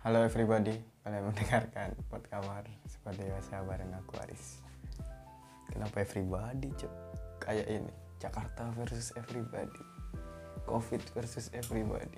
Halo everybody, kalian mendengarkan Podkamar seperti biasa bareng aku Aris. Kenapa everybody cok? Kayak ini, Jakarta versus everybody, Covid versus everybody.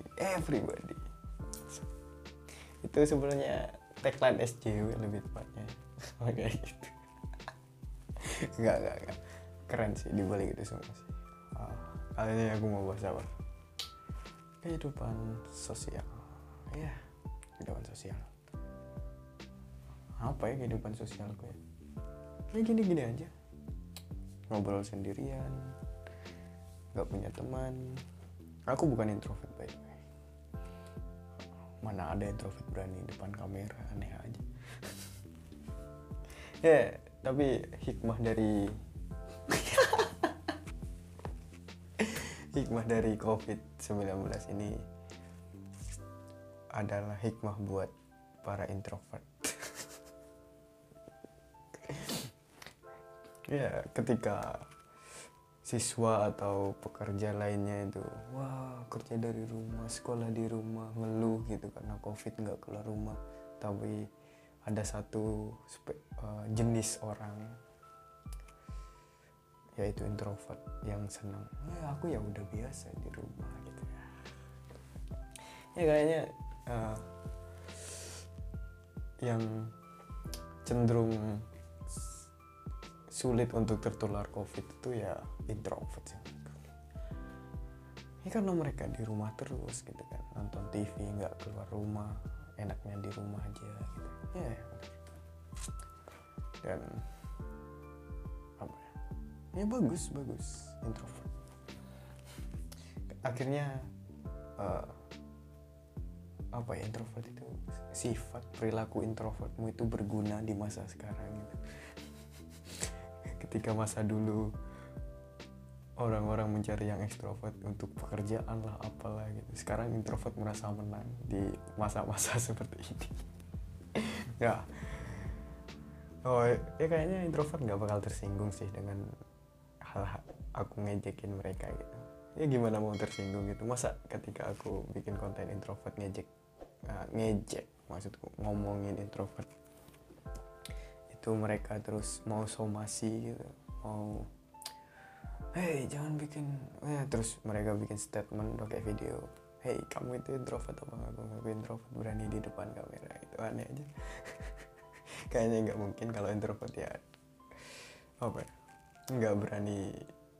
Itu sebenarnya tagline SJW lebih tepatnya. Kayak gitu. Enggak. Keren sih dibalik itu semua sih. Kali ini aku mau bahas apa? Kehidupan sosial. Ya, kehidupan sosial. Apa ya kehidupan sosialku ya? Kayak gini-gini aja. Ngobrol sendirian, gak punya teman. Aku bukan introvert by the way. Mana ada introvert berani depan kamera, aneh aja. Ya, tapi hikmah dari COVID-19 ini adalah hikmah buat para introvert. Ya, ketika siswa atau pekerja lainnya itu kerja dari rumah, sekolah di rumah, ngeluh gitu karena COVID nggak keluar rumah, tapi ada satu jenis orang yaitu introvert yang senang, aku ya udah biasa di rumah gitu ya kayaknya yang cenderung sulit untuk tertular COVID itu ya introvert sih. Ini karena mereka di rumah terus gitu kan, nonton TV, nggak keluar rumah, enaknya di rumah aja gitu. Ya. Dan apa ya? Ya bagus introvert. Akhirnya introvert itu sifat perilaku introvertmu itu berguna di masa sekarang gitu. Ketika masa dulu orang-orang mencari yang ekstrovert untuk pekerjaan lah apalah gitu, sekarang introvert merasa menang di masa-masa seperti ini. Ya kayaknya introvert nggak bakal tersinggung sih dengan hal aku ngejekin mereka gitu. Ya gimana mau tersinggung gitu, masa ketika aku bikin konten introvert ngejek maksudku ngomongin introvert itu mereka terus mau somasi gitu, mau jangan bikin terus mereka bikin statement pakai video, kamu itu introvert apa nggak? Aku introvert berani di depan kamera, itu aneh aja. Kayaknya nggak mungkin kalau introvert ya nggak berani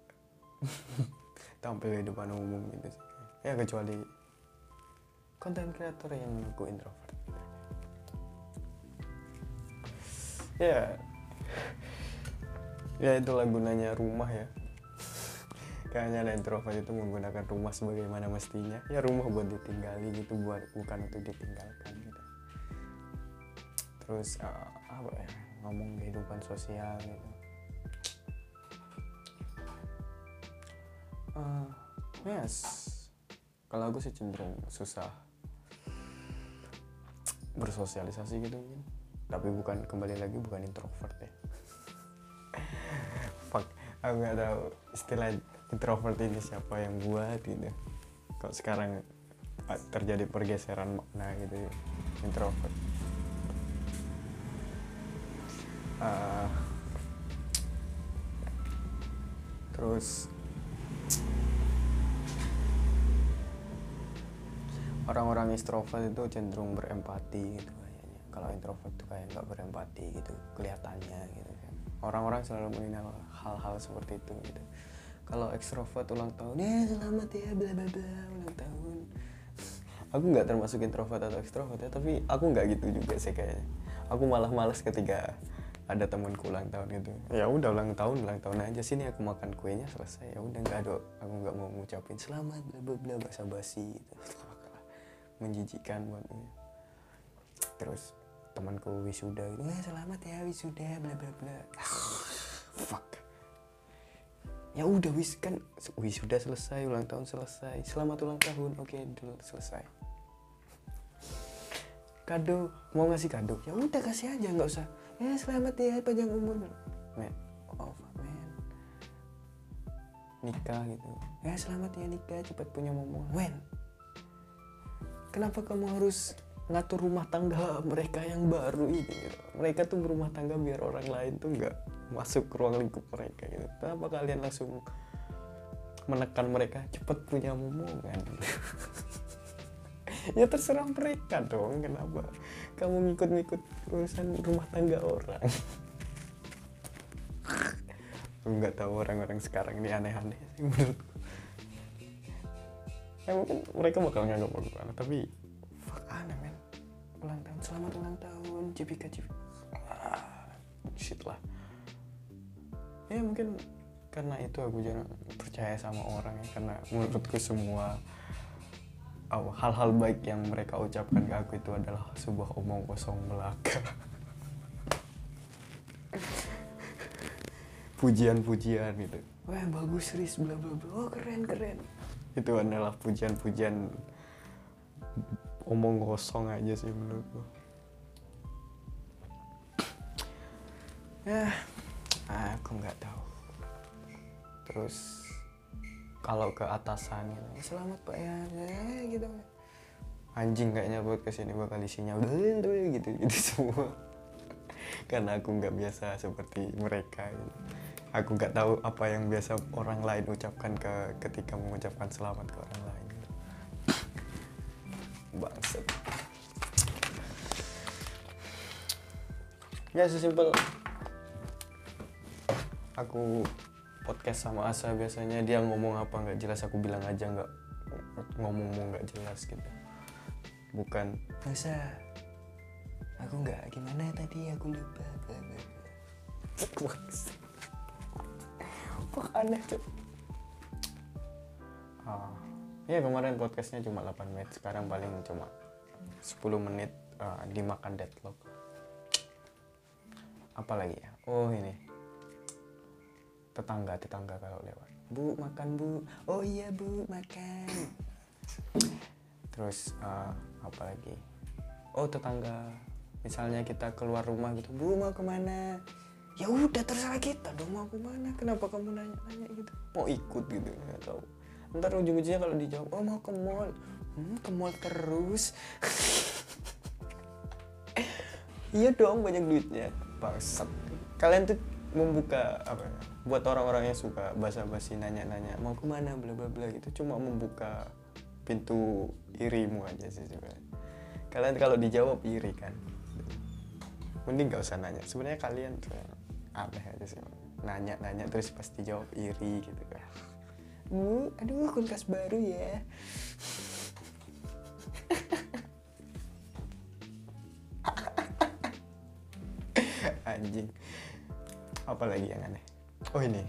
tampil di depan umum gitu sih ya, kecuali konten kreator yang mengaku introvert. Ya itulah gunanya rumah ya. Kayaknya ada introvert itu menggunakan rumah sebagaimana mestinya. Ya rumah buat ditinggali gitu, bukan untuk ditinggalkan gitu. Terus ngomong kehidupan sosial gitu. Kalau aku sih cenderung susah bersosialisasi gitu mungkin. Tapi bukan introvert ya. Aku nggak tahu istilah introvert ini siapa yang buat gitu. Kok sekarang terjadi pergeseran makna gitu ya, introvert. Terus orang-orang extrovert itu cenderung berempati gitu kayaknya. Kalau introvert tuh kayak nggak berempati gitu kelihatannya gitu kan. Orang-orang selalu mengenal hal-hal seperti itu gitu. Kalau extrovert ulang tahun, selamat ya bla bla bla ulang tahun. Aku nggak termasuk introvert atau extrovert ya, tapi aku nggak gitu juga sih kayaknya. Aku malah malas ketika ada temanku ulang tahun gitu. Ya udah ulang tahun aja, sini aku makan kuenya selesai. Ya udah aku nggak mau ngucapin selamat bla bla bla basa-basi gitu. Menjijikan buatnya. Terus temanku wisuda gitu, selamat ya wisuda bla bla bla. Fuck. Ya udah wisuda selesai, ulang tahun selesai, selamat ulang tahun, oke, selesai. Kado, mau ngasih kado, ya udah kasih aja, nggak usah selamat ya panjang umur, man. Nikah gitu, selamat ya nikah, cepat punya momongan, kenapa kamu harus ngatur rumah tangga mereka yang baru ini gitu. Mereka tuh berumah tangga biar orang lain tuh nggak masuk ke ruang lingkup mereka gitu. Kenapa kalian langsung menekan mereka cepet punya momongan? Ya terserah mereka dong, kenapa kamu ngikut-ngikut urusan rumah tangga orang? Aku nggak tahu orang-orang sekarang ini aneh-aneh sih menurutku. Ya mungkin mereka bakal nganggap aku aneh, tapi fuck aneh men. Ulang tahun, selamat ulang tahun JBK. Shit lah. Ya mungkin karena itu aku jarang percaya sama orang ya, karena menurutku semua hal-hal baik yang mereka ucapkan ke aku itu adalah sebuah omong kosong belaka. Pujian-pujian gitu. Wah bagus Riz, bla bla bla. Oh keren. Itu adalah pujian-pujian omong kosong aja sih menurutku. Ya, aku nggak tahu. Terus kalau ke atasan gitu, selamat pak ya, gitu. Anjing kayaknya podcast ini bakal isinya gitu semua. Karena aku nggak biasa seperti mereka gitu. Aku nggak tahu apa yang biasa orang lain ucapkan ketika mengucapkan selamat ke orang lain gitu. Bangsat. Ya sesimpel aku podcast sama Asa biasanya dia ngomong apa nggak jelas aku bilang aja nggak ngomong nggak jelas gitu. Bukan Asa aku nggak gimana tadi aku lupa. Wah aneh tuh. Ya kemarin podcastnya cuma 8 menit, sekarang paling cuma 10 menit dimakan deadlock. Apalagi ya? Oh ini tetangga kalau lewat, bu makan bu, oh iya bu makan. Terus apa lagi? Oh tetangga, misalnya kita keluar rumah gitu, bu mau kemana? Ya udah terserah kita dong mau kemana, kenapa kamu nanya gitu? Mau ikut gitu, nggak tahu. Ntar ujung-ujungnya kalau dijawab, oh mau ke mall terus. Iya dong banyak duitnya, bangsat. Kalian tuh membuka apa ya, buat orang-orang yang suka basa-basi nanya-nanya mau kemana bla bla bla gitu, cuma membuka pintu irimu aja sih sebenarnya. Kalian kalau dijawab iri kan, mending gak usah nanya. Sebenarnya kalian tuh aneh aja sih, nanya terus pasti jawab iri gitu kan. Aduh kulkas baru ya. Anjing. Apalagi yang aneh? Oh ini.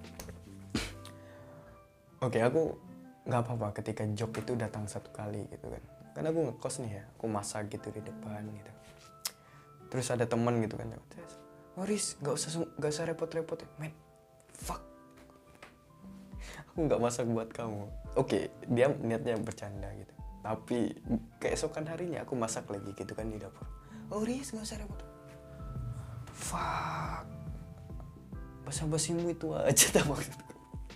Oke, aku nggak apa-apa ketika joke itu datang satu kali gitu kan. Karena aku ngekos nih ya, aku masak gitu di depan gitu. Terus ada teman gitu kan, Riz, nggak usah repot-repot ya, man. Fuck. Aku nggak masak buat kamu. Oke, dia niatnya bercanda gitu. Tapi keesokan harinya aku masak lagi gitu kan di dapur. Oh Riz, nggak usah repot. Fuck. Basa-basimu itu aja tak maksudku.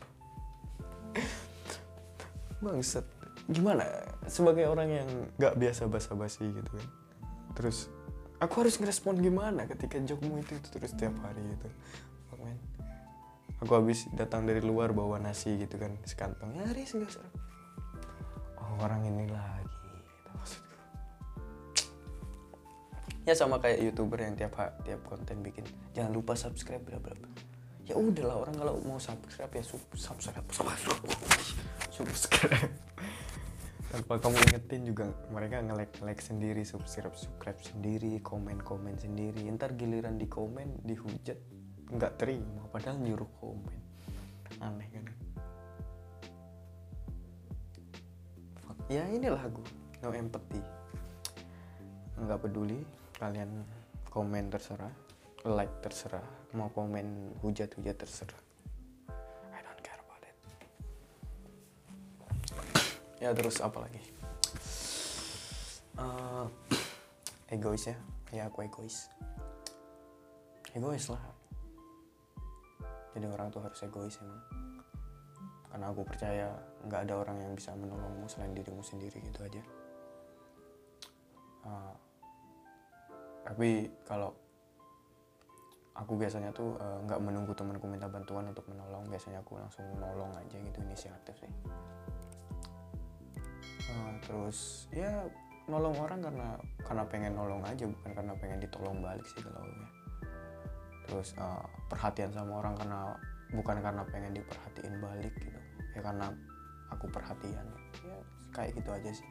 Bangsat. Gimana sebagai orang yang gak biasa basa-basi gitu kan, terus aku harus ngerespon gimana ketika jokmu itu terus tiap hari gitu. Fuck man. Aku habis datang dari luar bawa nasi gitu kan sekantong. Ya Riz gak usah. Oh orang ini lagi gitu maksudku. Ya sama kayak YouTuber yang tiap konten bikin jangan lupa subscribe bla bla bla. Ya udahlah, orang kalau mau subscribe ya subscribe. Tanpa kamu ingetin juga mereka nge-like sendiri, subscribe sendiri, komen sendiri. Ntar giliran di komen dihujat nggak terima padahal nyuruh komen. Aneh kan? Ya inilah aku, no empathy. Nggak peduli kalian komen terserah, like terserah, mau komen hujat terserah. I don't care about it. Ya terus apa lagi? Egois ya? Ya aku egois lah. Jadi orang tuh harus egois emang. Karena aku percaya nggak ada orang yang bisa menolongmu selain dirimu sendiri gitu aja. Tapi kalau aku biasanya tuh nggak menunggu temanku minta bantuan untuk menolong, biasanya aku langsung nolong aja gitu, inisiatif sih. Terus ya nolong orang karena pengen nolong aja, bukan karena pengen ditolong balik sih kalau ya. Terus perhatian sama orang bukan karena pengen diperhatiin balik gitu ya, karena aku perhatian ya, kayak gitu aja sih.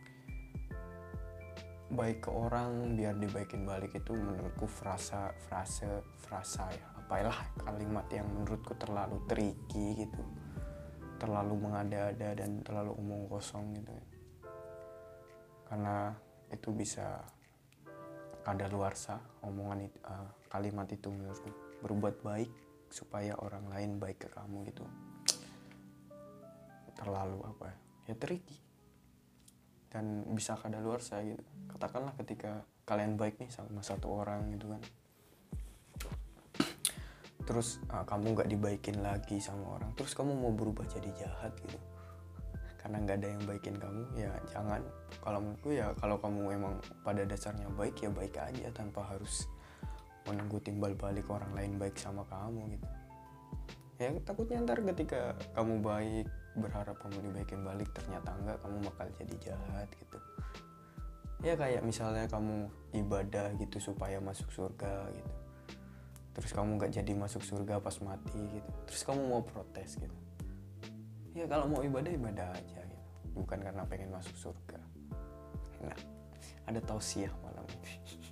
Baik ke orang biar dibaikin balik itu menurutku frasa ya, apalah kalimat yang menurutku terlalu tricky gitu, terlalu mengada-ada dan terlalu omong kosong gitu. Karena itu bisa kadaluarsa omongan itu, kalimat itu menurutku berbuat baik supaya orang lain baik ke kamu gitu, terlalu ya tricky dan bisa kadaluarsa gitu. Katakanlah ketika kalian baik nih sama satu orang gitu kan, terus kamu nggak dibaikin lagi sama orang, terus kamu mau berubah jadi jahat gitu karena nggak ada yang baikin kamu, ya jangan. Kalau menurutku ya, kalau kamu emang pada dasarnya baik ya baik aja tanpa harus menunggu timbal balik orang lain baik sama kamu gitu. Ya takutnya ntar ketika kamu baik berharap kamu dibaikin balik, ternyata enggak, kamu bakal jadi jahat gitu. Ya kayak misalnya kamu ibadah gitu supaya masuk surga gitu, terus kamu nggak jadi masuk surga pas mati gitu, terus kamu mau protes gitu. Ya kalau mau ibadah aja gitu, bukan karena pengen masuk surga. Nah, ada tausiah malam ini.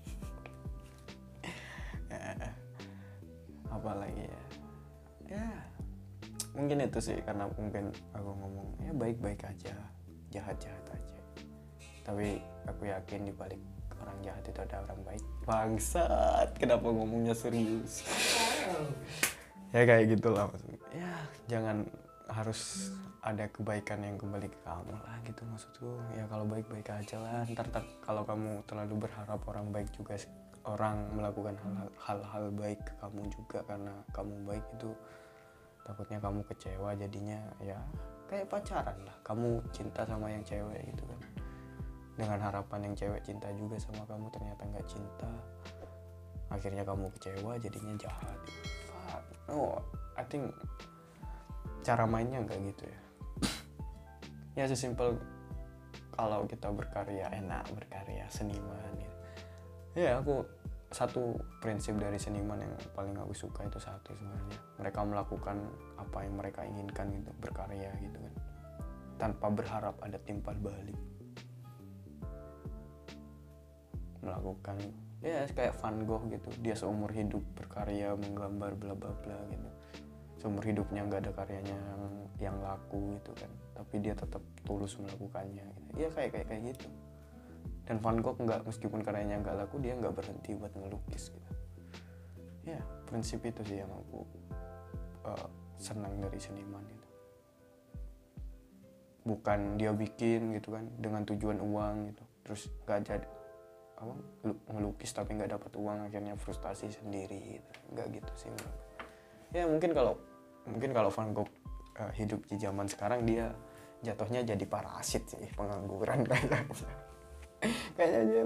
Apalagi ya mungkin itu sih, karena mungkin aku ngomong ya baik-baik aja, jahat-jahat aja, tapi aku yakin di balik orang jahat itu ada orang baik. Bangsat, kenapa ngomongnya serius? Ya kayak gitulah maksudnya. Ya jangan harus ada kebaikan yang kembali ke kamu lah gitu maksudku. Ya kalau baik-baik aja lah, ntar kalau kamu terlalu berharap orang baik juga, orang melakukan hal-hal baik ke kamu juga karena kamu baik, itu takutnya kamu kecewa jadinya. Ya kayak pacaran lah, kamu cinta sama yang cewek gitu kan, dengan harapan yang cewek cinta juga sama kamu, ternyata nggak cinta, akhirnya kamu kecewa jadinya jahat. No, I think cara mainnya nggak gitu ya. Ya sesimpel kalau kita berkarya, enak berkarya, seniman gitu. Ya aku, satu prinsip dari seniman yang paling aku suka itu satu sebenarnya, mereka melakukan apa yang mereka inginkan gitu, berkarya gitu kan, tanpa berharap ada timbal balik. Melakukan ya kayak Van Gogh gitu, dia seumur hidup berkarya menggambar bla bla bla gitu, seumur hidupnya nggak ada karyanya yang laku gitu kan, tapi dia tetap tulus melakukannya gitu. Ya kayak gitu. Dan Van Gogh meskipun karyanya nggak laku, dia nggak berhenti buat melukis gitu. Ya prinsip itu sih yang aku senang dari seniman itu. Bukan dia bikin gitu kan dengan tujuan uang gitu, terus nggak jadi ngelukis tapi nggak dapat uang, akhirnya frustasi sendiri gitu. Nggak gitu sih. Ya mungkin kalau Van Gogh hidup di zaman sekarang, dia jatuhnya jadi parasit sih, pengangguran kayaknya dia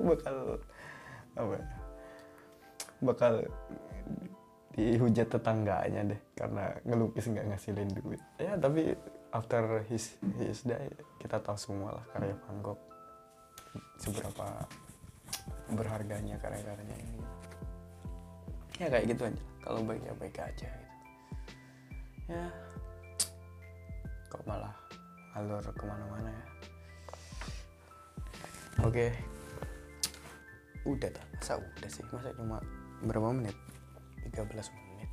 bakal dihujat tetangganya deh karena ngelukis nggak ngasilin duit. Ya tapi after his die, kita tahu semua lah karya Van Gogh seberapa berharganya karya-karyanya ini. Ya kayak gitu aja, kalau baik ya baik aja gitu. Ya kok malah alur kemana-mana ya. Oke. Udah tak? Udah sih, masa cuma berapa menit? 13 menit.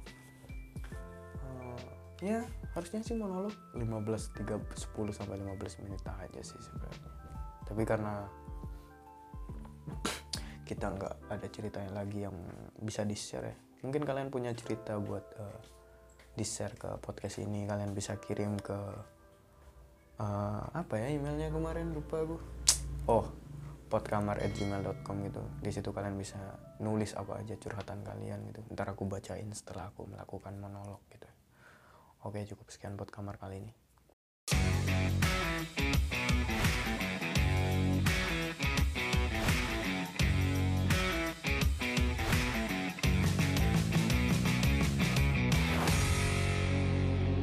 Ya harusnya sih monolog 10 sampai 15 menit aja sih sebenarnya. Tapi karena kita nggak ada ceritanya lagi yang bisa di-share ya, mungkin kalian punya cerita buat di-share ke podcast ini. Kalian bisa kirim ke emailnya kemarin lupa gue. podkamar@gmail.com gitu. Di situ kalian bisa nulis apa aja curhatan kalian gitu, ntar aku bacain setelah aku melakukan monolog gitu. Oke, cukup sekian Podkamar kali ini.